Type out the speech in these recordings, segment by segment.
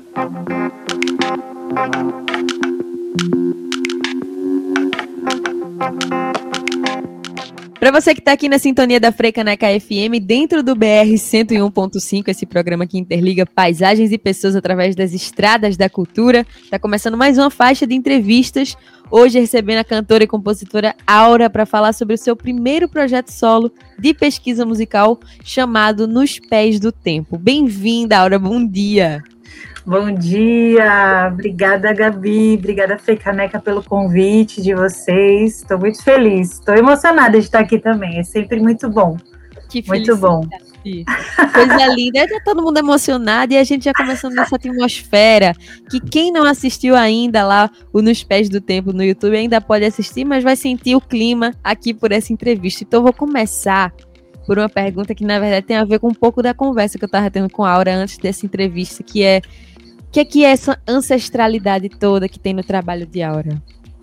Para você que está aqui na sintonia da Frecaneca FM, dentro do BR 101.5, esse programa que interliga paisagens e pessoas através das estradas da cultura, está começando mais uma faixa de entrevistas, hoje recebendo a cantora e compositora Aura para falar sobre o seu primeiro projeto solo de pesquisa musical chamado Nos Pés do Tempo. Bem-vinda, Aura, bom dia! Bom dia, obrigada Gabi, obrigada Frecaneca pelo convite de vocês, estou muito feliz, estou emocionada de estar aqui também, é sempre muito bom, que muito bom. Coisa linda, tá todo mundo emocionado e a gente já começando nessa atmosfera, que quem não assistiu ainda lá o Nos Pés do Tempo no YouTube ainda pode assistir, mas vai sentir o clima aqui por essa entrevista, então eu vou começar por uma pergunta que na verdade tem a ver com um pouco da conversa que eu estava tendo com a Aura antes dessa entrevista, que é o que é essa ancestralidade toda que tem no trabalho de Aura?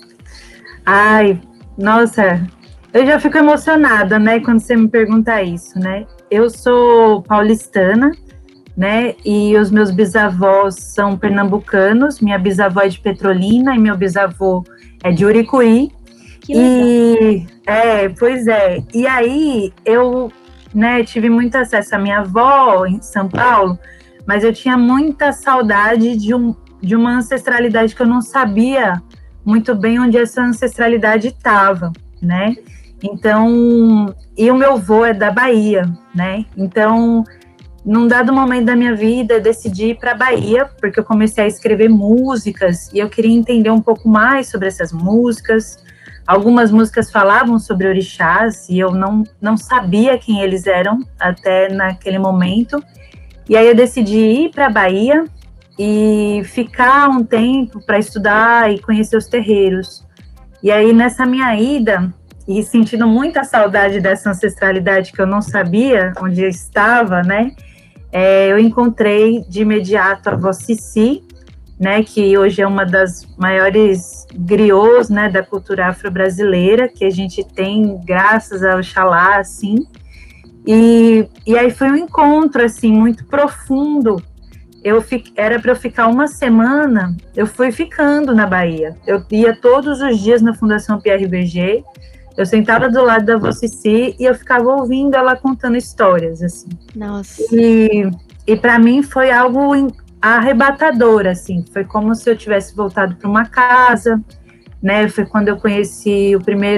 Ai, nossa, eu já fico emocionada, né, quando você me pergunta isso, né? Eu sou paulistana, né, e os meus bisavós são pernambucanos, minha bisavó é de Petrolina e meu bisavô é de Uricuí. Que legal. Pois é. E aí eu, né, tive muito acesso à minha avó em São Paulo, mas eu tinha muita saudade de uma ancestralidade que eu não sabia muito bem onde essa ancestralidade estava, né? Então, e o meu avô é da Bahia, né? Então, num dado momento da minha vida, eu decidi ir para a Bahia, porque eu comecei a escrever músicas e eu queria entender um pouco mais sobre essas músicas. Algumas músicas falavam sobre orixás e eu não sabia quem eles eram até naquele momento. E aí eu decidi ir para a Bahia e ficar um tempo para estudar e conhecer os terreiros. E aí nessa minha ida, e sentindo muita saudade dessa ancestralidade que eu não sabia onde eu estava, né? Eu encontrei de imediato a avó Cici, né, que hoje é uma das maiores griots, né, da cultura afro-brasileira, que a gente tem graças ao Oxalá, assim. E aí foi um encontro, assim, muito profundo. Era para eu ficar uma semana, eu fui ficando na Bahia. Eu ia todos os dias na Fundação PRBG, eu sentava do lado da avó Cici e eu ficava ouvindo ela contando histórias, assim. Nossa. E para mim foi algo arrebatador, assim, foi como se eu tivesse voltado para uma casa, né, foi quando eu conheci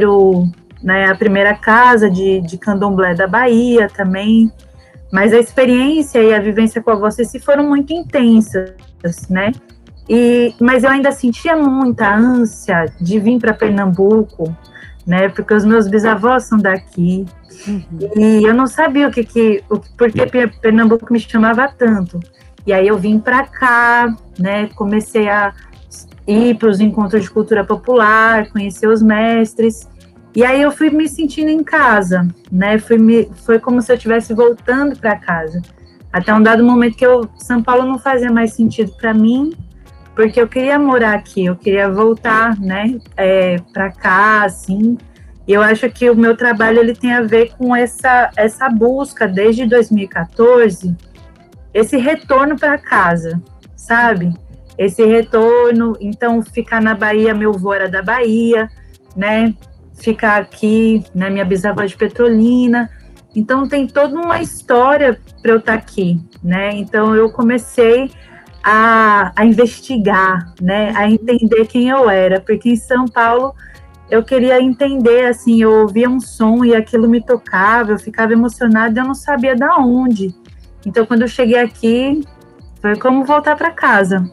a primeira casa de candomblé da Bahia também, mas a experiência e a vivência com a avó Cici foram muito intensas, né, mas eu ainda sentia muita ânsia de vir para Pernambuco, né, porque os meus bisavós são daqui, e eu não sabia por que Pernambuco me chamava tanto. E aí eu vim para cá, né, comecei a ir para os encontros de cultura popular, conhecer os mestres, e aí eu fui me sentindo em casa, né, foi como se eu estivesse voltando para casa, até um dado momento que São Paulo não fazia mais sentido para mim, porque eu queria morar aqui, eu queria voltar, né, para cá, assim, e eu acho que o meu trabalho ele tem a ver com essa busca desde 2014, esse retorno para casa, sabe? Esse retorno, então ficar na Bahia, meu avô era da Bahia, né? Ficar aqui, né? Minha bisavó de Petrolina, então tem toda uma história para eu estar aqui, né? Então eu comecei a investigar, né? A entender quem eu era, porque em São Paulo eu queria entender, assim, eu ouvia um som e aquilo me tocava, eu ficava emocionada, eu não sabia de onde. Então, quando eu cheguei aqui, foi como voltar para casa.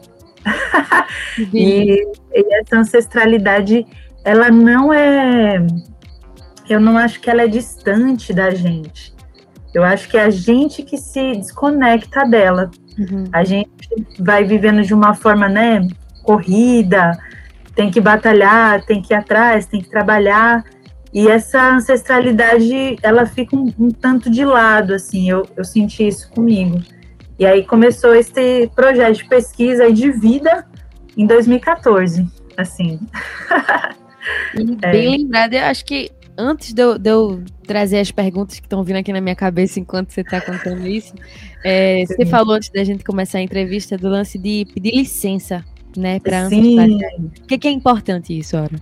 E essa ancestralidade, ela não é... Eu não acho que ela é distante da gente. Eu acho que é a gente que se desconecta dela. Uhum. A gente vai vivendo de uma forma, né, corrida, tem que batalhar, tem que ir atrás, tem que trabalhar... E essa ancestralidade, ela fica um tanto de lado, assim, eu senti isso comigo. E aí começou esse projeto de pesquisa e de vida em 2014, assim. E bem lembrado, eu acho que antes de eu trazer as perguntas que estão vindo aqui na minha cabeça enquanto você está contando isso, você falou antes da gente começar a entrevista do lance de pedir licença, né, para ancestralidade. O que é importante isso, Aura?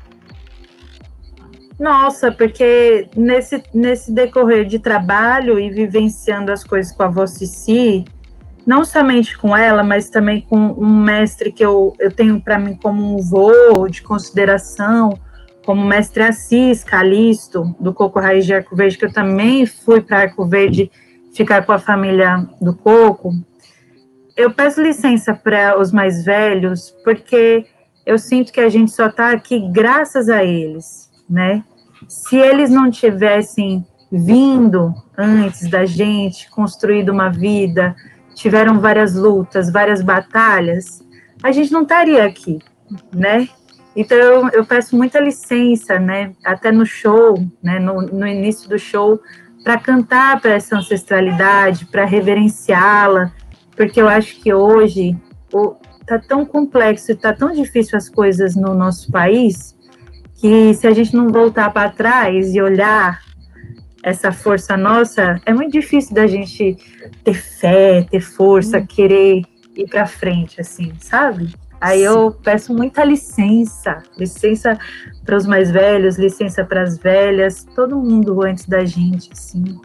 Nossa, porque nesse decorrer de trabalho e vivenciando as coisas com a Vó Cici, não somente com ela, mas também com um mestre que eu tenho para mim como um vô de consideração, como o mestre Assis Calixto, do Coco Raiz de Arco Verde, que eu também fui para Arco Verde ficar com a família do Coco. Eu peço licença para os mais velhos, porque eu sinto que a gente só está aqui graças a eles, né? Se eles não tivessem vindo antes da gente, construído uma vida, tiveram várias lutas, várias batalhas, a gente não estaria aqui, né? Então, eu peço muita licença, né? Até no show, né? No início do show, para cantar para essa ancestralidade, para reverenciá-la, porque eu acho que hoje está tão complexo, está tão difícil as coisas no nosso país, que se a gente não voltar para trás e olhar essa força nossa, é muito difícil da gente ter fé, ter força, querer ir para frente, assim, sabe? Aí eu peço muita licença para os mais velhos, licença para as velhas, todo mundo antes da gente, assim.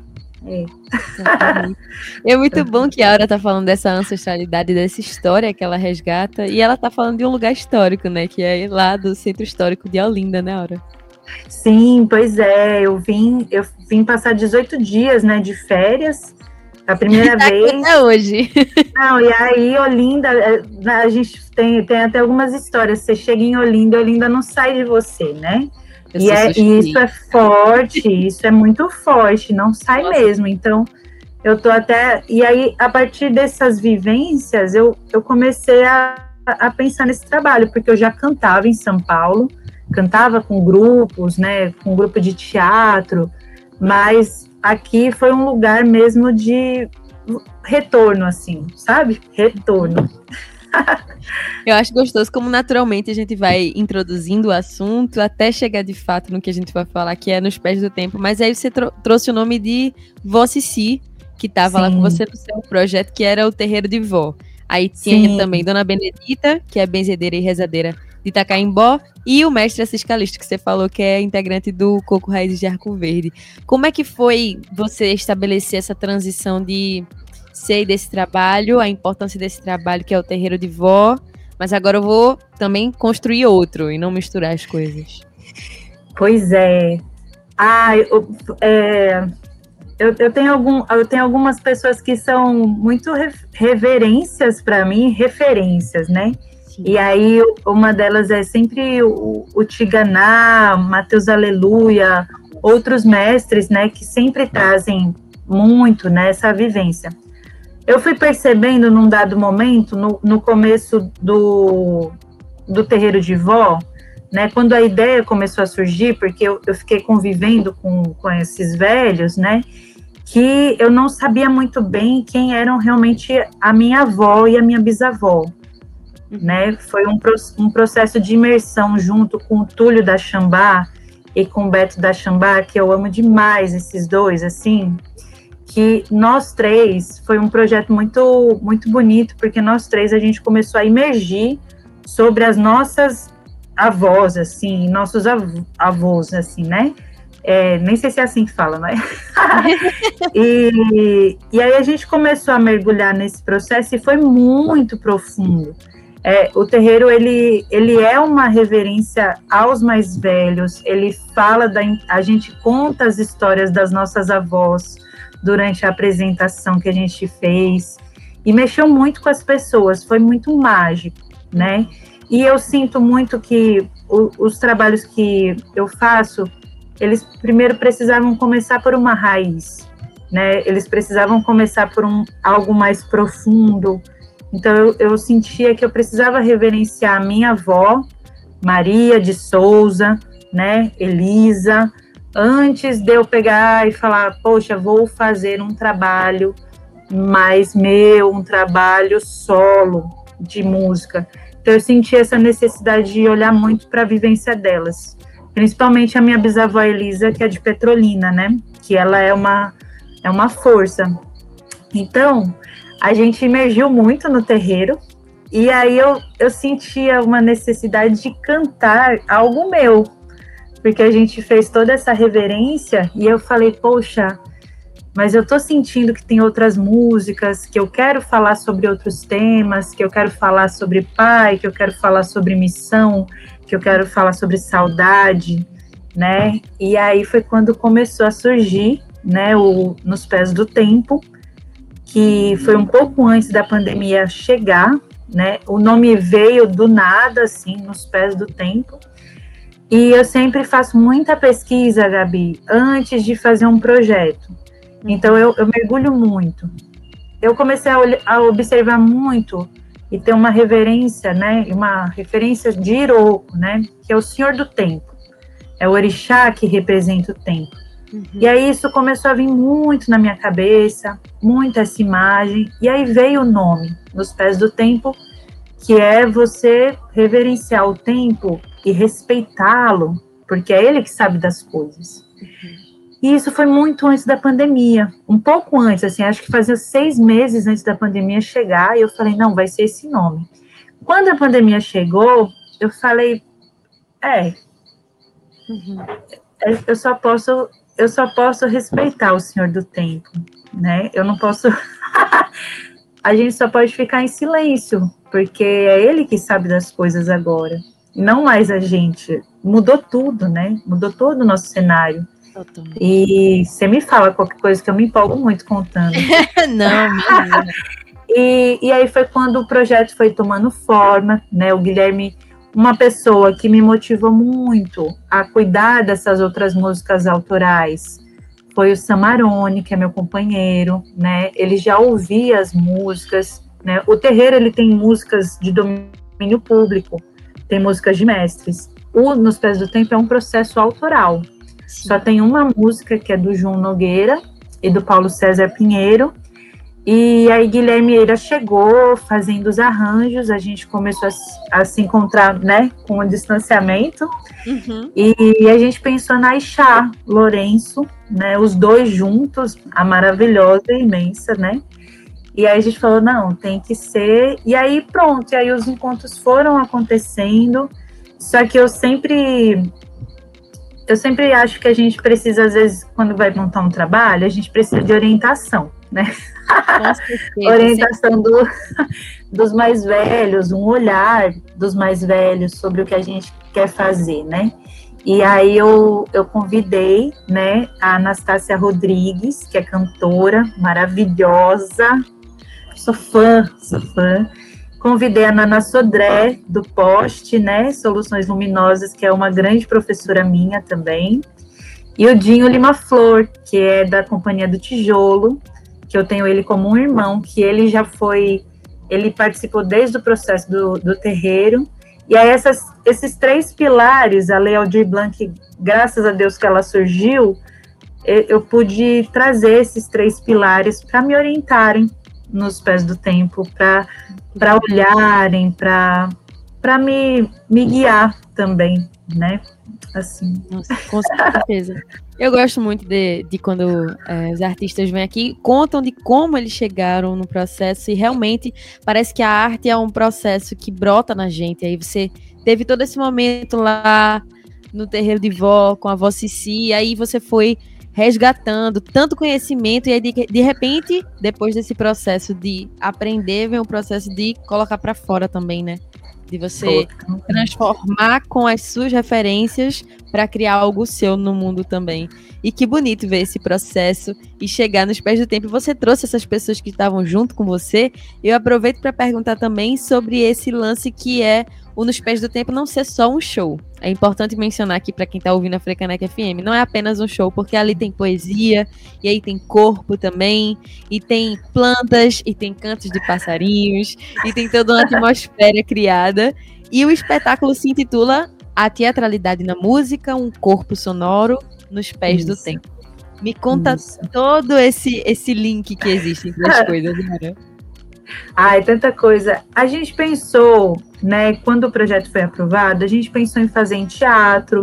É muito bom que a Aura tá falando dessa ancestralidade, dessa história que ela resgata, e ela tá falando de um lugar histórico, né, que é lá do Centro Histórico de Olinda, né, Aura? Sim, pois é, eu vim passar 18 dias, né, de férias, a primeira vez. Até hoje. Não, e aí Olinda, a gente tem até algumas histórias, você chega em Olinda, Olinda não sai de você, né? E isso é forte, isso é muito forte, não sai mesmo. Então, eu tô até... E aí, a partir dessas vivências, eu comecei a pensar nesse trabalho, porque eu já cantava em São Paulo, cantava com grupos, né, com grupo de teatro, mas aqui foi um lugar mesmo de retorno, assim, sabe? Retorno. Eu acho gostoso como naturalmente a gente vai introduzindo o assunto até chegar de fato no que a gente vai falar, que é Nos Pés do Tempo. Mas aí você trouxe o nome de Vó Cici, que estava lá com você no seu projeto, que era o Terreiro de Vó. Aí tinha também Dona Benedita, que é benzedeira e rezadeira de Itacaimbó, e o mestre Assis Calixto, que você falou que é integrante do Coco Raiz de Arco Verde. Como é que foi você estabelecer essa transição de sei desse trabalho, a importância desse trabalho que é o Terreiro de Vó, mas agora eu vou também construir outro e não misturar as coisas? Pois é. Eu tenho algumas pessoas que são muito reverências para mim, referências, né? Sim. E aí uma delas é sempre o Tiganá, Mateus Aleluia, outros mestres, né, que sempre trazem muito nessa vivência. Eu fui percebendo num dado momento, no começo do Terreiro de Vó, né, quando a ideia começou a surgir, porque eu fiquei convivendo com esses velhos, né, que eu não sabia muito bem quem eram realmente a minha avó e a minha bisavó. Né? Foi um processo de imersão junto com o Túlio da Xambá e com o Beto da Xambá, que eu amo demais esses dois, assim, que nós três, foi um projeto muito, muito bonito, porque nós três a gente começou a imergir sobre as nossas avós, assim, nossos avós, assim, né? Nem sei se é assim que fala, né? E aí a gente começou a mergulhar nesse processo e foi muito profundo. O terreiro, ele é uma reverência aos mais velhos, ele fala, a gente conta as histórias das nossas avós durante a apresentação que a gente fez, e mexeu muito com as pessoas, foi muito mágico, né? E eu sinto muito que os trabalhos que eu faço, eles primeiro precisavam começar por uma raiz, né? Eles precisavam começar por algo mais profundo. Então, eu sentia que eu precisava reverenciar a minha avó, Maria de Souza, né, Elisa, antes de eu pegar e falar, poxa, vou fazer um trabalho mais meu, um trabalho solo de música. Então, eu senti essa necessidade de olhar muito para a vivência delas, principalmente a minha bisavó Elisa, que é de Petrolina, né? Que ela é uma força. Então, a gente emergiu muito no terreiro, e aí eu sentia uma necessidade de cantar algo meu, porque a gente fez toda essa reverência, e eu falei, poxa, mas eu tô sentindo que tem outras músicas, que eu quero falar sobre outros temas, que eu quero falar sobre pai, que eu quero falar sobre missão, que eu quero falar sobre saudade, né? E aí foi quando começou a surgir, né, Nos Pés do Tempo, que foi um pouco antes da pandemia chegar, né? O nome veio do nada, assim, Nos Pés do Tempo. E eu sempre faço muita pesquisa, Gabi, antes de fazer um projeto. Então, eu mergulho muito. Eu comecei a observar muito e ter uma reverência, né? Uma referência de Iroko, né? Que é o Senhor do Tempo. É o orixá que representa o tempo. E aí isso começou a vir muito na minha cabeça, muito essa imagem. E aí veio o nome, Nos Pés do Tempo, que é você reverenciar o tempo e respeitá-lo, porque é ele que sabe das coisas. E isso foi muito antes da pandemia, um pouco antes, assim, acho que fazia 6 meses antes da pandemia chegar, e eu falei, não, vai ser esse nome. Quando a pandemia chegou, eu falei, eu só posso respeitar o Senhor do Tempo, né? Eu não posso... A gente só pode ficar em silêncio, porque é ele que sabe das coisas agora, e não mais a gente. Mudou tudo, né? Mudou todo o nosso cenário. E você me fala qualquer coisa que eu me empolgo muito contando. Não, imagina. E aí foi quando o projeto foi tomando forma, né? O Guilherme, uma pessoa que me motivou muito a cuidar dessas outras músicas autorais, foi o Samarone, que é meu companheiro, né? Ele já ouvia as músicas, né? O terreiro, ele tem músicas de domínio público, tem músicas de mestres. O Nos Pés do Tempo é um processo autoral. Sim. Só tem uma música que é do João Nogueira e do Paulo César Pinheiro. E aí Guilherme Eira chegou fazendo os arranjos, a gente começou a se encontrar, né, com o distanciamento. E a gente pensou na Ixá Lourenço, né, os dois juntos, a maravilhosa e imensa, né? E aí a gente falou, não, tem que ser. E aí pronto, e aí os encontros foram acontecendo. Só que eu sempre acho que a gente precisa, às vezes, quando vai montar um trabalho, a gente precisa de orientação, né? Orientação dos mais velhos, um olhar dos mais velhos sobre o que a gente quer fazer, né? E aí eu convidei, né, a Anastácia Rodrigues, que é cantora maravilhosa, sou fã. Convidei a Nana Sodré, do Poste, né, Soluções Luminosas, que é uma grande professora minha também, e o Dinho Lima Flor, que é da Companhia do Tijolo, que eu tenho ele como um irmão, que ele participou desde o processo do terreiro. E aí esses 3 pilares, a Lei Aldir Blanc, graças a Deus que ela surgiu, eu pude trazer esses 3 pilares para me orientarem nos Pés do Tempo, para olharem, para me guiar também, né? Assim. Nossa, com certeza. Eu gosto muito de quando os artistas vêm aqui e contam de como eles chegaram no processo, e realmente parece que a arte é um processo que brota na gente. Aí você teve todo esse momento lá no terreiro de vó, com a vó Cici, e aí você foi resgatando tanto conhecimento, e aí de repente, depois desse processo de aprender, vem o processo de colocar para fora também, né? De você transformar com as suas referências para criar algo seu no mundo também. E que bonito ver esse processo e chegar nos Pés do Tempo. Você trouxe essas pessoas que estavam junto com você. Eu aproveito para perguntar também sobre esse lance que é o Nos Pés do Tempo não ser só um show. É importante mencionar aqui para quem está ouvindo a Frecanec FM, não é apenas um show, porque ali tem poesia, e aí tem corpo também, e tem plantas, e tem cantos de passarinhos, e tem toda uma atmosfera criada. E o espetáculo se intitula A Teatralidade na Música, um corpo sonoro nos Pés do Tempo. Me conta todo esse link que existe entre as coisas, né? Ai, tanta coisa. A gente pensou, né, quando o projeto foi aprovado, a gente pensou em fazer em teatro,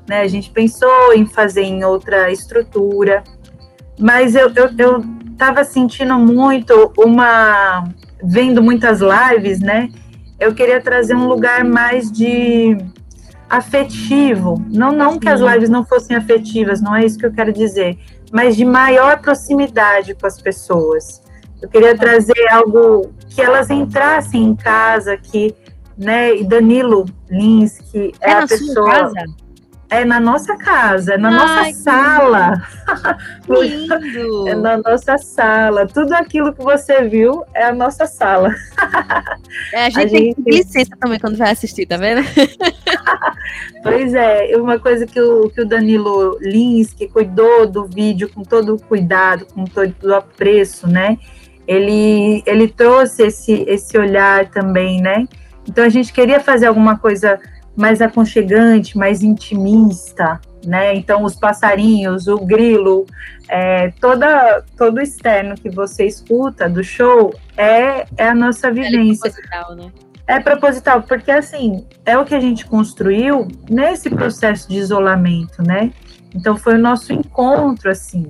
né? A gente pensou em fazer em outra estrutura, mas eu estava sentindo muito vendo muitas lives, né? Eu queria trazer um lugar mais de afetivo, não que as lives não fossem afetivas, não é isso que eu quero dizer, mas de maior proximidade com as pessoas. Eu queria trazer algo que elas entrassem em casa, né? E Danilo Lins, que é a pessoa. Sua casa? É na nossa casa, é na nossa sala. Lindo! É na nossa sala. Tudo aquilo que você viu é a nossa sala. A gente tem que ter licença também quando vai assistir, tá vendo? Pois é, uma coisa que o Danilo Lins, que cuidou do vídeo com todo o cuidado, com todo o apreço, né? Ele trouxe esse olhar também, né? Então a gente queria fazer alguma coisa mais aconchegante, mais intimista, né? Então os passarinhos, o grilo, todo o externo que você escuta do show é a nossa vivência. É proposital, né? É proposital, porque assim, é o que a gente construiu nesse processo de isolamento, né? Então foi o nosso encontro, assim.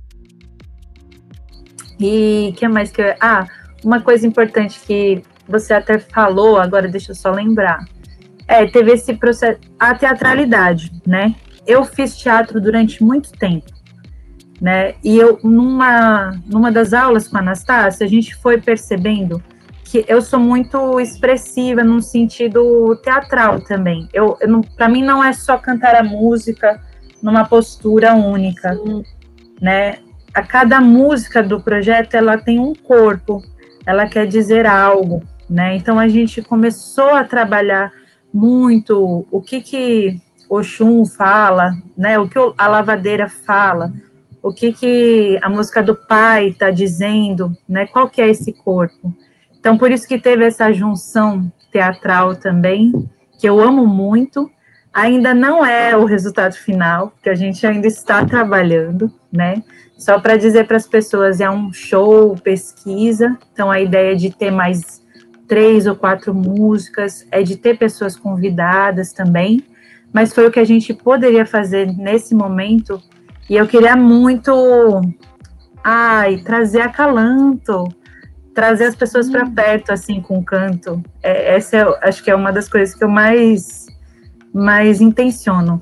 E o que mais que eu... uma coisa importante que você até falou, agora deixa eu só lembrar. Teve esse processo, a teatralidade, né? Eu fiz teatro durante muito tempo, né? E eu, numa das aulas com a Anastácia, a gente foi percebendo que eu sou muito expressiva num sentido teatral também. Para mim não é só cantar a música numa postura única, né? A cada música do projeto, ela tem um corpo, ela quer dizer algo, né? Então a gente começou a trabalhar muito o que Oxum fala, né? O que a lavadeira fala, o que a música do pai está dizendo, né? Qual que é esse corpo? Então, por isso que teve essa junção teatral também, que eu amo muito. Ainda não é o resultado final, porque a gente ainda está trabalhando, né? Só para dizer para as pessoas, é um show, pesquisa. Então, a ideia é de ter mais 3 ou 4 músicas, é de ter pessoas convidadas também. Mas foi o que a gente poderia fazer nesse momento. E eu queria muito trazer acalanto, trazer as pessoas para perto, assim, com o canto. Essa acho que é uma das coisas que eu mais intenciono.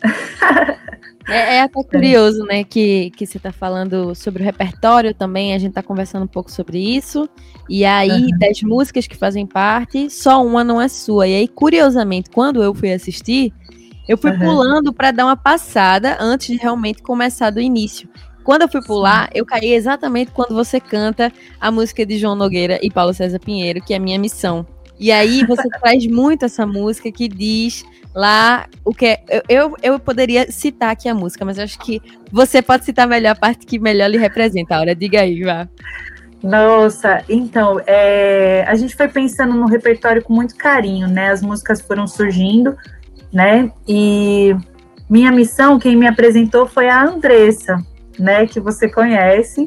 É até curioso, né, que você está falando sobre o repertório também, a gente está conversando um pouco sobre isso, e aí, das músicas que fazem parte, só uma não é sua. E aí, curiosamente, quando eu fui assistir, eu fui pulando para dar uma passada antes de realmente começar do início. Quando eu fui pular, eu caí exatamente quando você canta a música de João Nogueira e Paulo César Pinheiro, que é Minha Missão. E aí você traz muito essa música que diz lá o que é... Eu poderia citar aqui a música, mas eu acho que você pode citar melhor a parte que melhor lhe representa. Aura, diga aí, vá. Nossa, então, a gente foi pensando no repertório com muito carinho, né? As músicas foram surgindo, né? E Minha Missão, quem me apresentou foi a Andressa, né? Que você conhece.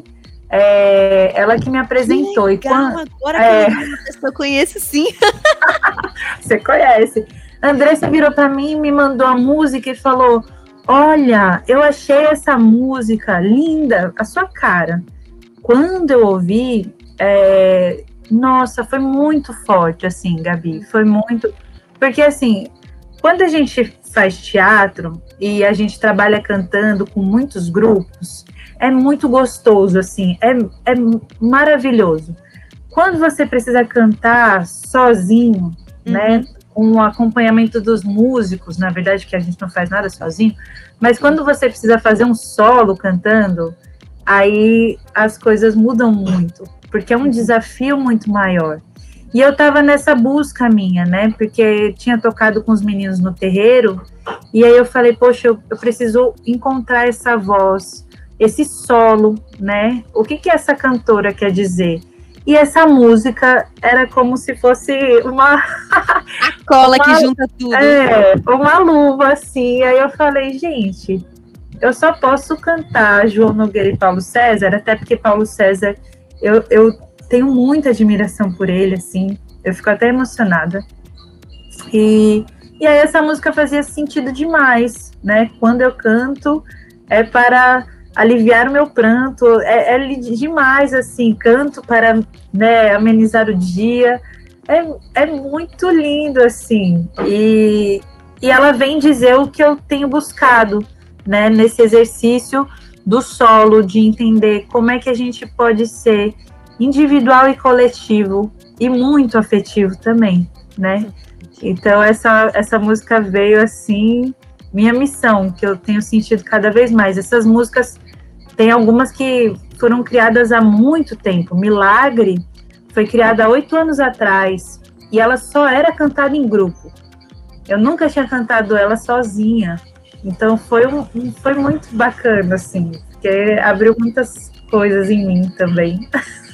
Ela que me apresentou. Que legal, agora que eu conheço, sim. Você conhece. A Andressa virou para mim, me mandou a música e falou: olha, eu achei essa música linda, a sua cara. Quando eu ouvi, nossa, foi muito forte, assim, Gabi. Foi muito... Porque, assim, quando a gente faz teatro e a gente trabalha cantando com muitos grupos, é muito gostoso, assim, é maravilhoso. Quando você precisa cantar sozinho, né, com o acompanhamento dos músicos, na verdade que a gente não faz nada sozinho, mas quando você precisa fazer um solo cantando, aí as coisas mudam muito, porque é um desafio muito maior. E eu estava nessa busca minha, né, porque tinha tocado com os meninos no terreiro, e aí eu falei, poxa, eu preciso encontrar essa voz, esse solo, né, o que essa cantora quer dizer? E essa música era como se fosse a cola que junta tudo. Uma luva, assim. Aí eu falei, gente, eu só posso cantar João Nogueira e Paulo César, até porque Paulo César, eu tenho muita admiração por ele, assim. Eu fico até emocionada. E E aí essa música fazia sentido demais, né? Quando eu canto é para aliviar o meu pranto, demais, assim, canto para, né, amenizar o dia, é muito lindo, assim, e ela vem dizer o que eu tenho buscado, né, nesse exercício do solo, de entender como é que a gente pode ser individual e coletivo, e muito afetivo também, né? Então essa música veio assim, minha missão, que eu tenho sentido cada vez mais. Essas músicas, tem algumas que foram criadas há muito tempo. Milagre foi criada há 8 anos atrás e ela só era cantada em grupo. Eu nunca tinha cantado ela sozinha. Então foi muito bacana, assim, porque abriu muitas coisas em mim também.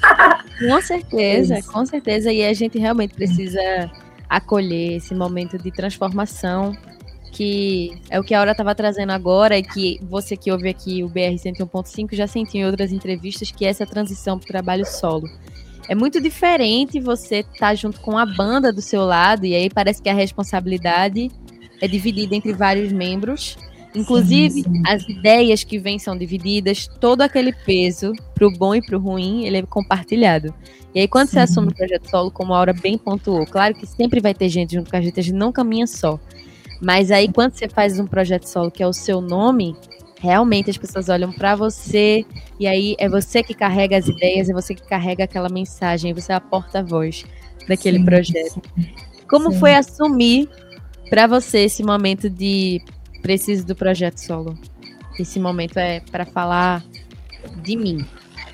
Com certeza. E a gente realmente precisa acolher esse momento de transformação, que é o que a Aura estava trazendo agora, e que você que ouve aqui o BR 101.5 já sentiu em outras entrevistas, que é essa transição para o trabalho solo. É muito diferente você estar junto com a banda do seu lado, e aí parece que a responsabilidade é dividida entre vários membros. Inclusive, sim. As ideias que vêm são divididas, todo aquele peso, pro bom e pro ruim, ele é compartilhado. E aí, quando você assume o projeto solo, como a Aura bem pontuou, claro que sempre vai ter gente junto com a gente não caminha só. Mas aí, quando você faz um projeto solo, que é o seu nome, realmente as pessoas olham para você, e aí é você que carrega as ideias, é você que carrega aquela mensagem, você é a porta-voz daquele projeto. Como foi assumir para você esse momento de preciso do projeto solo? Esse momento é para falar de mim.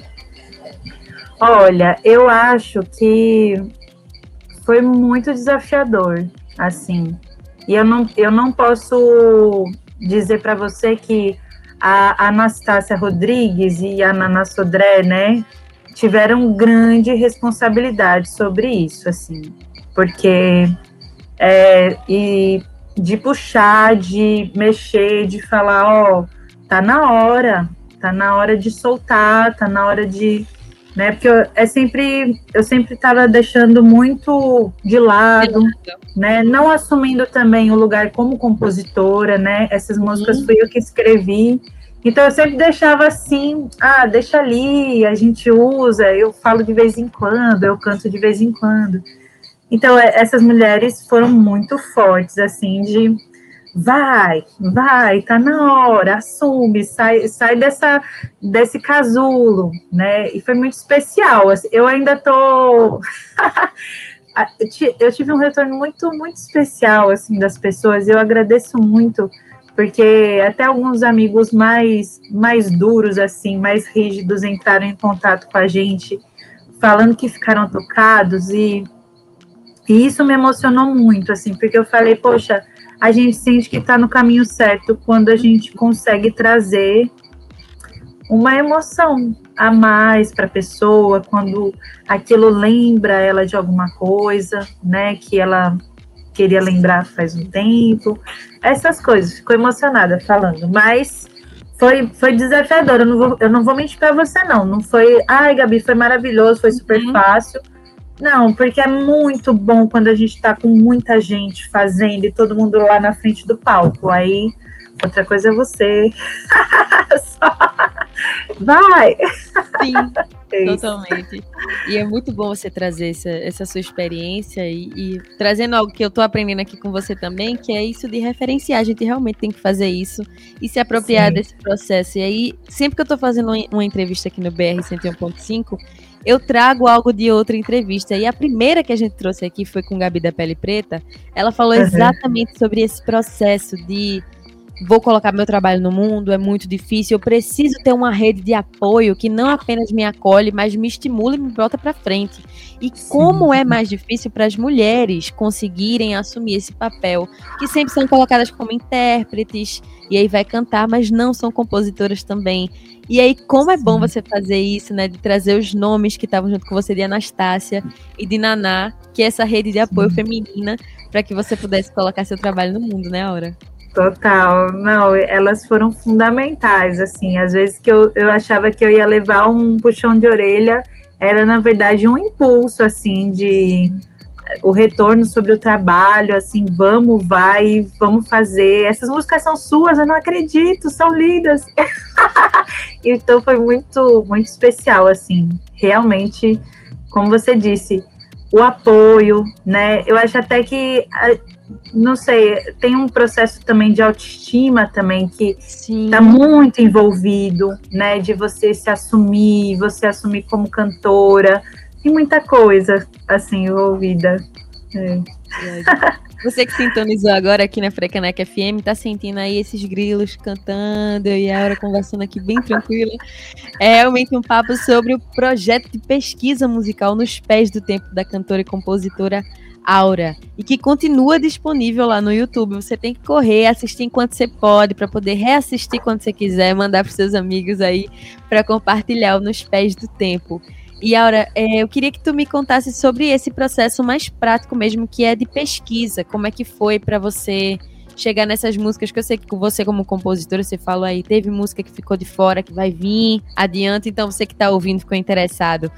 Olha, eu acho que foi muito desafiador, assim. E eu não posso dizer para você que a Anastácia Rodrigues e a Naná Sodré, né, tiveram grande responsabilidade sobre isso, assim. Porque e de puxar, de mexer, de falar, ó, tá na hora de soltar, tá na hora de, né, porque eu sempre estava deixando muito de lado, né, não assumindo também o lugar como compositora, né, essas músicas fui eu que escrevi, então eu sempre deixava assim, deixa ali, a gente usa, eu falo de vez em quando, eu canto de vez em quando. Então, essas mulheres foram muito fortes, assim, de vai, tá na hora, assume, sai desse casulo, né? E foi muito especial. Assim, eu ainda tô... eu tive um retorno muito, muito especial, assim, das pessoas. Eu agradeço muito, porque até alguns amigos mais duros, assim, mais rígidos, entraram em contato com a gente, falando que ficaram tocados e isso me emocionou muito, assim, porque eu falei, poxa, a gente sente que está no caminho certo quando a gente consegue trazer uma emoção a mais para a pessoa, quando aquilo lembra ela de alguma coisa, né, que ela queria lembrar faz um tempo, essas coisas. Ficou emocionada falando, mas foi desafiador, eu não vou mentir para você, não foi, ai, Gabi, foi maravilhoso, foi super fácil. Não, porque é muito bom quando a gente está com muita gente fazendo e todo mundo lá na frente do palco. Aí, outra coisa é você. Vai! Sim, totalmente. E é muito bom você trazer essa sua experiência e trazendo algo que eu estou aprendendo aqui com você também, que é isso de referenciar. A gente realmente tem que fazer isso e se apropriar desse processo. E aí, sempre que eu estou fazendo uma entrevista aqui no BR 101.5, eu trago algo de outra entrevista. E a primeira que a gente trouxe aqui foi com Gabi da Pele Preta. Ela falou exatamente sobre esse processo de vou colocar meu trabalho no mundo, é muito difícil, eu preciso ter uma rede de apoio que não apenas me acolhe, mas me estimula e me bota para frente. E como é mais difícil para as mulheres conseguirem assumir esse papel, que sempre são colocadas como intérpretes, e aí vai cantar, mas não são compositoras também. E aí, como é bom você fazer isso, né, de trazer os nomes que estavam junto com você, de Anastácia e de Naná, que é essa rede de apoio feminina, para que você pudesse colocar seu trabalho no mundo, né, Aura? Total, não, elas foram fundamentais, assim, às vezes que eu achava que eu ia levar um puxão de orelha, era na verdade um impulso, assim, de o retorno sobre o trabalho, assim, vamos fazer. Essas músicas são suas, eu não acredito, são lindas. Então foi muito, muito especial, assim, realmente, como você disse, o apoio, né? Eu acho até que, não sei, tem um processo também de autoestima também que está muito envolvido, né? De você se assumir como cantora, tem muita coisa, assim, envolvida. Você que sintonizou agora aqui na Frecaneca FM, tá sentindo aí esses grilos cantando e a Aura conversando aqui bem tranquila. É realmente um papo sobre o projeto de pesquisa musical Nos Pés do Tempo da cantora e compositora Aura, e que continua disponível lá no YouTube. Você tem que correr, assistir enquanto você pode, para poder reassistir quando você quiser, mandar para seus amigos aí para compartilhar o Nos Pés do Tempo. E, Aura, eu queria que tu me contasse sobre esse processo mais prático mesmo, que é de pesquisa. Como é que foi para você chegar nessas músicas, que eu sei que você, como compositora, você falou aí, teve música que ficou de fora, que vai vir adiante, então você que tá ouvindo, ficou interessado,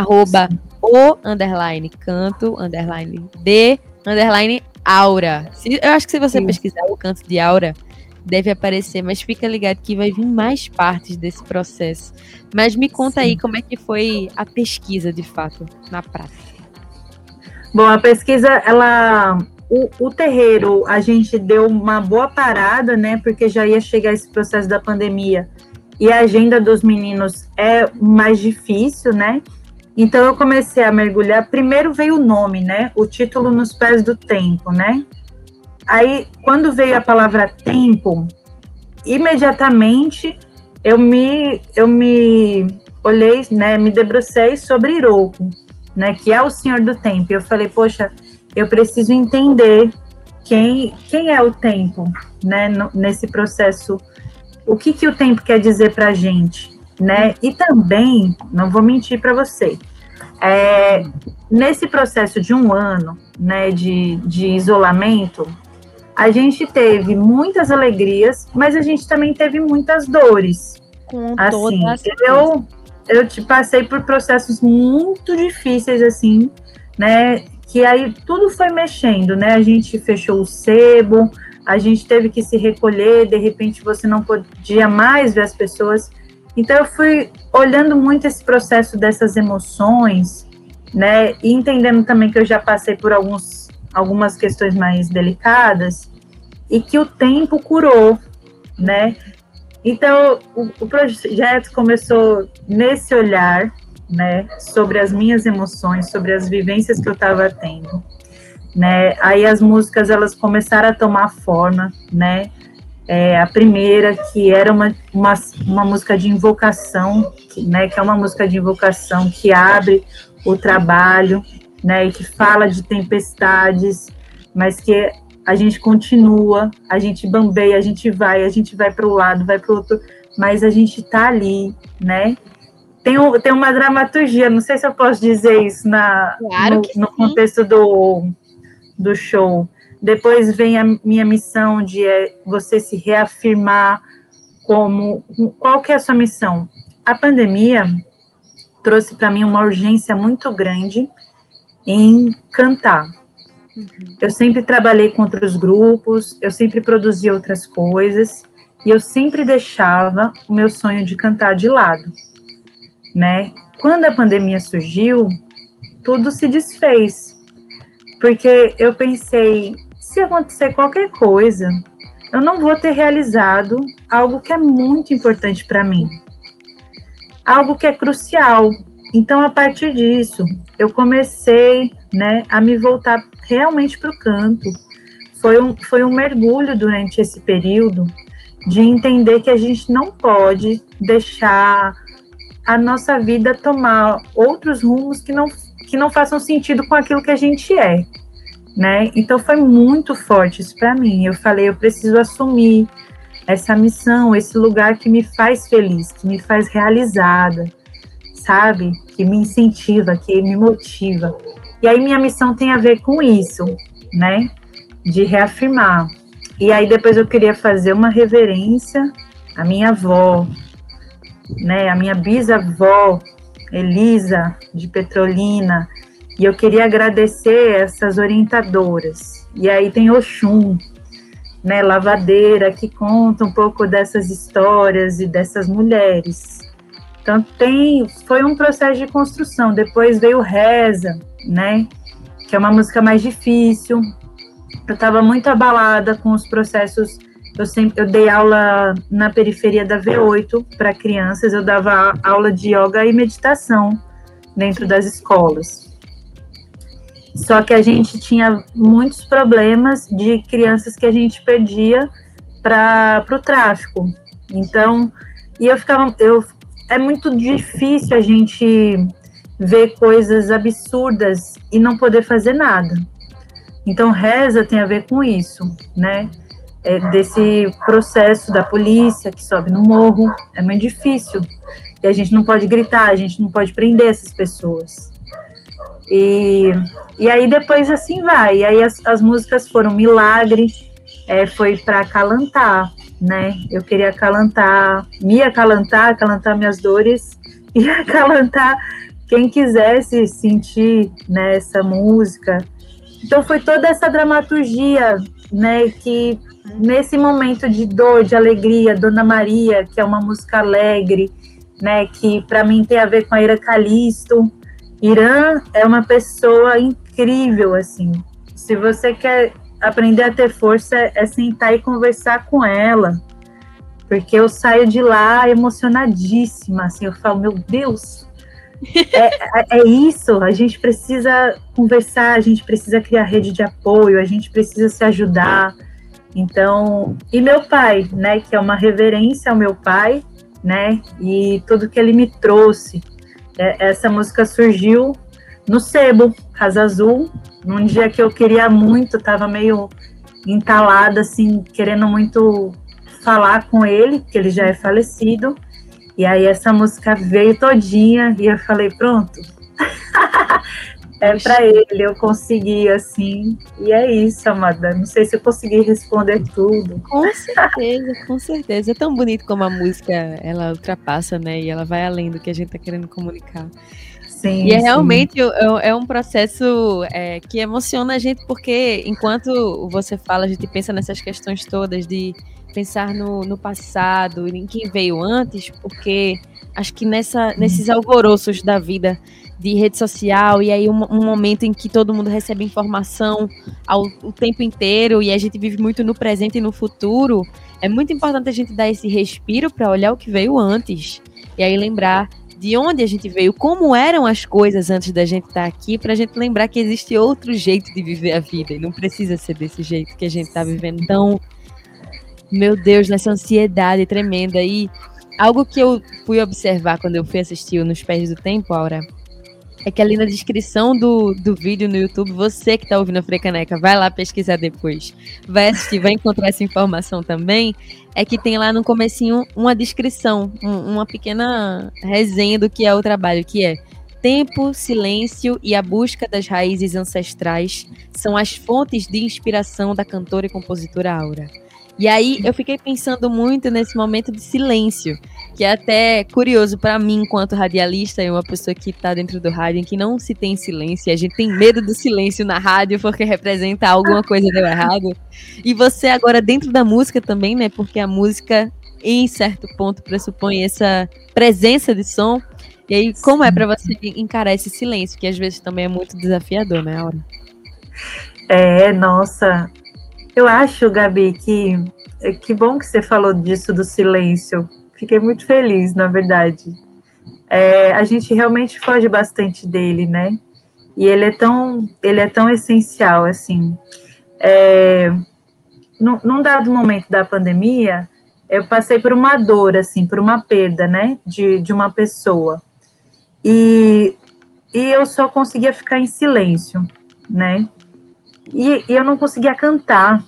@o_de_Aura. Eu acho que se você pesquisar o canto de Aura, deve aparecer, mas fica ligado que vai vir mais partes desse processo. Mas me conta aí como é que foi a pesquisa, de fato, na prática. Bom, a pesquisa, o terreiro, a gente deu uma boa parada, né, porque já ia chegar esse processo da pandemia, e a agenda dos meninos é mais difícil, né, então eu comecei a mergulhar, primeiro veio o nome, né, o título Nos Pés do Tempo, né, aí quando veio a palavra tempo, imediatamente eu me olhei, né, me debrucei sobre Iroko, né, que é o Senhor do Tempo. Eu falei, poxa, eu preciso entender quem é o tempo, né, nesse processo. O que o tempo quer dizer para a gente, né? E também, não vou mentir para você, nesse processo de 1 ano, né, de isolamento, a gente teve muitas alegrias, mas a gente também teve muitas dores. Com assim, toda eu te passei por processos muito difíceis, assim, né? Que aí tudo foi mexendo, né? A gente fechou o sebo, a gente teve que se recolher, de repente você não podia mais ver as pessoas. Então eu fui olhando muito esse processo dessas emoções, né? E entendendo também que eu já passei por algumas questões mais delicadas e que o tempo curou, né? Então, o projeto começou nesse olhar, né, sobre as minhas emoções, sobre as vivências que eu estava tendo, né? Aí as músicas, elas começaram a tomar forma, né? A primeira, que era uma música de invocação, né, que é uma música de invocação que abre o trabalho, né, e que fala de tempestades, mas que a gente continua, a gente bambeia, a gente vai para o lado, vai para o outro, mas a gente está ali, né? Tem uma dramaturgia, não sei se eu posso dizer isso no contexto do show. Depois vem a minha missão de você se reafirmar qual que é a sua missão? A pandemia trouxe para mim uma urgência muito grande em cantar. Eu sempre trabalhei com outros grupos, eu sempre produzia outras coisas, e eu sempre deixava o meu sonho de cantar de lado, né? Quando a pandemia surgiu, tudo se desfez, porque eu pensei, se acontecer qualquer coisa, eu não vou ter realizado algo que é muito importante para mim, algo que é crucial. Então, a partir disso, eu comecei, né, a me voltar realmente para o canto. Foi um mergulho durante esse período de entender que a gente não pode deixar a nossa vida tomar outros rumos que não façam sentido com aquilo que a gente é, né? Então, foi muito forte isso para mim. Eu falei, eu preciso assumir essa missão, esse lugar que me faz feliz, que me faz realizada, sabe? Que me incentiva, que me motiva. E aí minha missão tem a ver com isso, né? De reafirmar. E aí depois eu queria fazer uma reverência à minha avó, né? A minha bisavó, Elisa de Petrolina, E eu queria agradecer essas orientadoras. E aí tem Oxum, né, lavadeira, que conta um pouco dessas histórias e dessas mulheres. Então foi um processo de construção. Depois veio Reza, né, que é uma música mais difícil. Eu estava muito abalada com os processos. Eu dei aula na periferia da V8 para crianças. Eu dava aula de yoga e meditação dentro das escolas. Só que a gente tinha muitos problemas de crianças que a gente perdia para o tráfico. Então, é muito difícil a gente ver coisas absurdas e não poder fazer nada. Então, Reza tem a ver com isso, né? Desse processo da polícia que sobe no morro, é muito difícil. E a gente não pode gritar, a gente não pode prender essas pessoas. E aí depois assim vai. E aí as músicas foram Milagre, foi para acalantar, né? Eu queria acalantar minhas dores e acalantar quem quisesse sentir, né, essa música. Então foi toda essa dramaturgia, né, que nesse momento de dor, de alegria, Dona Maria, que é uma música alegre, né, que para mim tem a ver com a Ira Calisto. Irã é uma pessoa incrível, assim. Se você quer aprender a ter força, é sentar e conversar com ela. Porque eu saio de lá emocionadíssima, assim, eu falo, meu Deus, é isso, a gente precisa conversar, a gente precisa criar rede de apoio, a gente precisa se ajudar. Então, e meu pai, né, que é uma reverência ao meu pai, né, e tudo que ele me trouxe. Essa música surgiu no Sebo, Casa Azul, num dia que eu queria muito, estava meio entalada, assim, querendo muito falar com ele, que ele já é falecido, e aí essa música veio todinha, e eu falei, pronto, é para ele, eu consegui, assim, e é isso, amada, não sei se eu consegui responder tudo. Com certeza, é tão bonito como a música, ela ultrapassa, né, e ela vai além do que a gente tá querendo comunicar. Sim, e realmente é um processo que emociona a gente, porque enquanto você fala, a gente pensa nessas questões todas de pensar no passado, em quem veio antes, porque acho que nesses alvoroços da vida de rede social, e aí um momento em que todo mundo recebe informação o tempo inteiro, e a gente vive muito no presente e no futuro, é muito importante a gente dar esse respiro para olhar o que veio antes, e aí lembrar de onde a gente veio, como eram as coisas antes da gente estar aqui, para a gente lembrar que existe outro jeito de viver a vida, e não precisa ser desse jeito que a gente está vivendo. Então, meu Deus, nessa ansiedade tremenda. E algo que eu fui observar quando eu fui assistir o Nos Pés do Tempo, Aura, é que ali na descrição do vídeo no YouTube, você que está ouvindo a Frecaneca, vai lá pesquisar depois, vai assistir, vai encontrar essa informação também, é que tem lá no comecinho uma descrição, uma pequena resenha do que é o trabalho, que é: tempo, silêncio e a busca das raízes ancestrais são as fontes de inspiração da cantora e compositora Aura. E aí eu fiquei pensando muito nesse momento de silêncio, que é até curioso para mim, enquanto radialista e uma pessoa que está dentro do rádio, em que não se tem silêncio, e a gente tem medo do silêncio na rádio porque representa alguma coisa deu errado. E você agora dentro da música também, né? Porque a música, em certo ponto, pressupõe essa presença de som. E aí, como é para você encarar esse silêncio, que às vezes também é muito desafiador, né, Aura? Nossa... Eu acho, Gabi, que bom que você falou disso do silêncio. Fiquei muito feliz, na verdade. A gente realmente foge bastante dele, né? E ele é tão essencial, assim. Num dado momento da pandemia, eu passei por uma dor, assim, por uma perda, né? De uma pessoa. E eu só conseguia ficar em silêncio, né? E eu não conseguia cantar.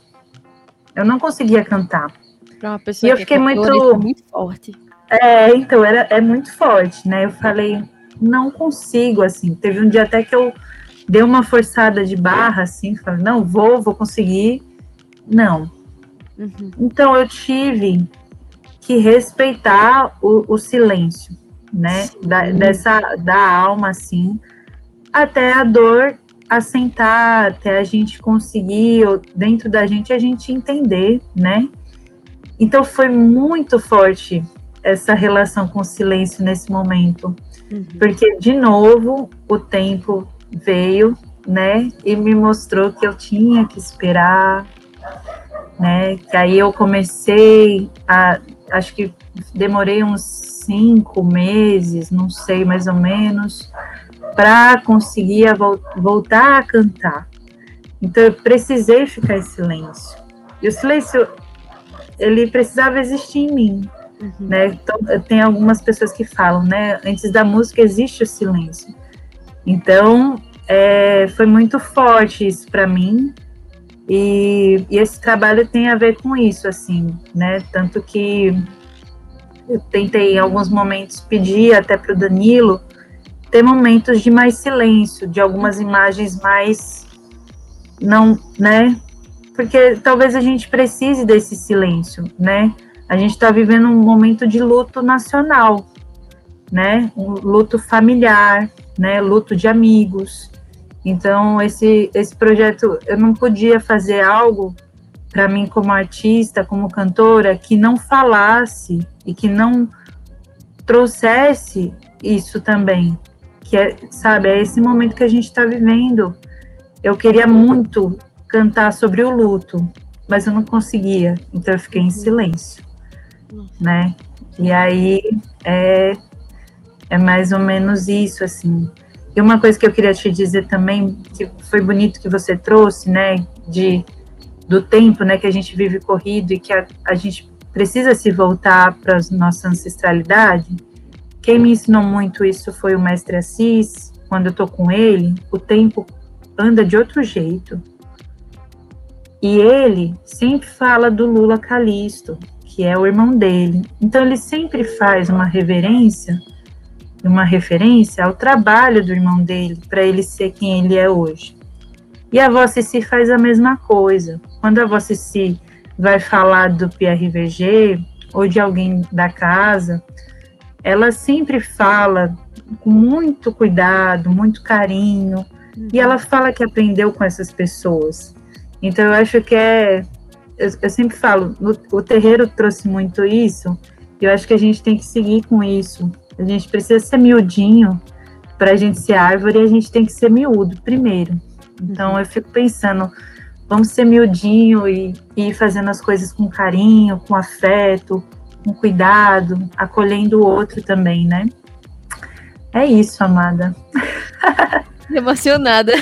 Para uma pessoa que fiquei muito forte. Então, é muito forte, né? Eu falei, não consigo, assim. Teve um dia até que eu dei uma forçada de barra, assim, falei, não, vou conseguir. Não. Uhum. Então, eu tive que respeitar o silêncio, né? Da alma, assim, até a dor assentar, até a gente conseguir, dentro da gente, a gente entender, né? Então foi muito forte essa relação com o silêncio nesse momento, porque, de novo, o tempo veio, né, e me mostrou que eu tinha que esperar, né, que aí eu comecei acho que demorei uns 5 meses, não sei, mais ou menos, para conseguir voltar a cantar. Então eu precisei ficar em silêncio. E o silêncio, ele precisava existir em mim, né? Então, tem algumas pessoas que falam, né? Antes da música existe o silêncio. Então, foi muito forte isso para mim. E esse trabalho tem a ver com isso, assim, né? Tanto que eu tentei em alguns momentos pedir até para o Danilo ter momentos de mais silêncio, de algumas imagens mais não, né? Porque talvez a gente precise desse silêncio, né? A gente está vivendo um momento de luto nacional, né? Um luto familiar, né? Luto de amigos. Então, esse projeto, eu não podia fazer algo para mim como artista, como cantora, que não falasse e que não trouxesse isso também. Que sabe, é esse momento que a gente está vivendo. Eu queria muito cantar sobre o luto, mas eu não conseguia, então eu fiquei em silêncio, né? E aí é mais ou menos isso, assim. E uma coisa que eu queria te dizer também, que foi bonito que você trouxe, né, do tempo, né, que a gente vive corrido e que a gente precisa se voltar para a nossa ancestralidade. Quem me ensinou muito isso foi o Mestre Assis. Quando eu tô com ele, o tempo anda de outro jeito. E ele sempre fala do Lula Calixto, que é o irmão dele. Então ele sempre faz uma reverência, uma referência ao trabalho do irmão dele, para ele ser quem ele é hoje. E a Vó Cici faz a mesma coisa. Quando a Vó Cici vai falar do PRVG, ou de alguém da casa, ela sempre fala com muito cuidado, muito carinho, e ela fala que aprendeu com essas pessoas. Então eu acho que eu sempre falo, o terreiro trouxe muito isso, e eu acho que a gente tem que seguir com isso. A gente precisa ser miudinho para a gente ser árvore, e a gente tem que ser miúdo primeiro. Então eu fico pensando, vamos ser miudinho e ir fazendo as coisas com carinho, com afeto, com cuidado, acolhendo o outro também, né? É isso, amada. Emocionada.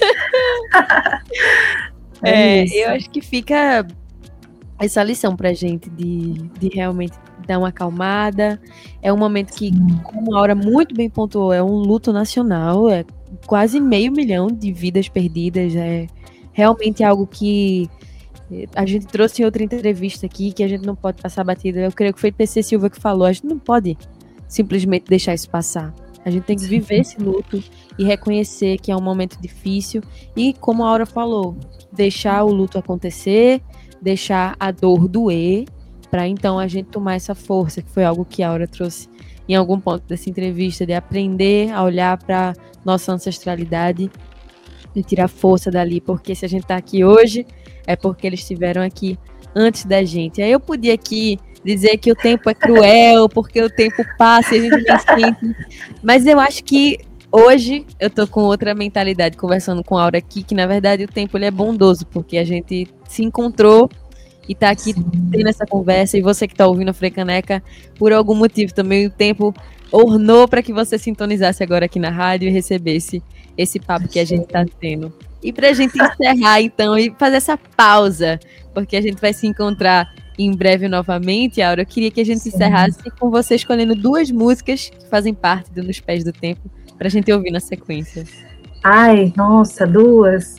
Eu acho que fica essa lição pra gente de realmente dar uma acalmada. É um momento que, como a Aura muito bem pontuou, é um luto nacional, é quase 500 mil de vidas perdidas, é realmente algo que a gente trouxe em outra entrevista aqui, que a gente não pode passar batida. Eu creio que foi PC Silva que falou, a gente não pode simplesmente deixar isso passar. A gente tem que viver esse luto e reconhecer que é um momento difícil e, como a Aura falou, deixar o luto acontecer, deixar a dor doer, para então a gente tomar essa força, que foi algo que a Aura trouxe em algum ponto dessa entrevista, de aprender a olhar para nossa ancestralidade e tirar força dali, porque se a gente está aqui hoje, é porque eles estiveram aqui antes da gente. Aí eu podia aqui dizer que o tempo é cruel, porque o tempo passa e a gente nem sente, mas eu acho que hoje eu tô com outra mentalidade, conversando com a Aura aqui, que na verdade o tempo ele é bondoso, porque a gente se encontrou e tá aqui tendo essa conversa, e você que tá ouvindo a Frecaneca, por algum motivo também o tempo ornou para que você sintonizasse agora aqui na rádio e recebesse esse papo que a gente tá tendo. E pra gente encerrar então e fazer essa pausa, porque a gente vai se encontrar em breve novamente, Aura, eu queria que a gente encerrasse com você escolhendo 2 músicas que fazem parte do Nos Pés do Tempo, pra gente ouvir na sequência. Ai, nossa, 2.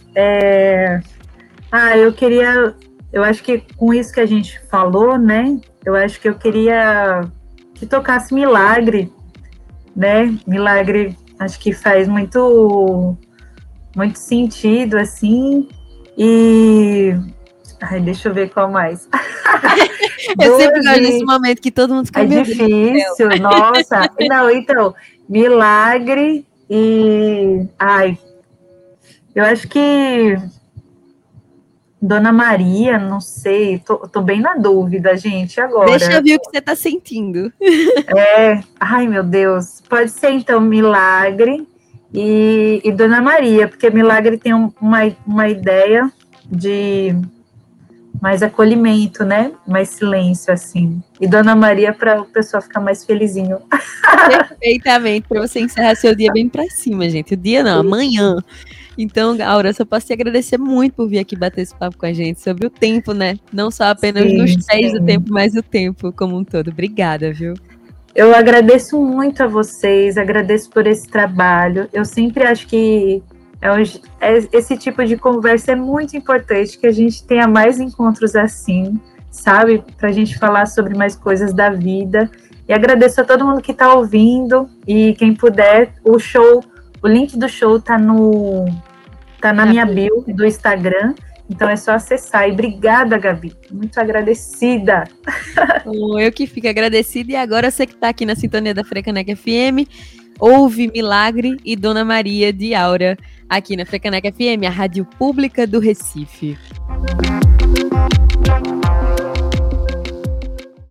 Eu acho que com isso que a gente falou, né, eu acho que eu queria que tocasse Milagre, né, Milagre acho que faz muito sentido, assim, e... Ai, deixa eu ver qual mais. Eu sempre gosto desse momento que todo mundo fica... É difícil, nossa. Não, então, Milagre E, eu acho que Dona Maria, não sei, tô bem na dúvida, gente, agora. Deixa eu ver o que você tá sentindo. Ai, meu Deus, pode ser então Milagre e Dona Maria, porque Milagre tem uma ideia de mais acolhimento, né? Mais silêncio, assim. E Dona Maria para o pessoal ficar mais felizinho. Perfeitamente, para você encerrar seu dia bem para cima, gente. O dia não, amanhã. Então, Aura, só posso te agradecer muito por vir aqui bater esse papo com a gente sobre o tempo, né? Não só apenas nos pés do tempo, mas o tempo como um todo. Obrigada, viu? Eu agradeço muito a vocês, agradeço por esse trabalho. Eu sempre acho que esse tipo de conversa é muito importante, que a gente tenha mais encontros assim, sabe? Para a gente falar sobre mais coisas da vida. E agradeço a todo mundo que está ouvindo. E quem puder, o link do show tá na minha bio do Instagram. Então é só acessar. E obrigada, Gabi. Muito agradecida. Eu que fico agradecida. E agora você que está aqui na sintonia da Frecaneca FM, ouve Milagre e Dona Maria de Aura aqui na Frecaneca FM, a rádio pública do Recife.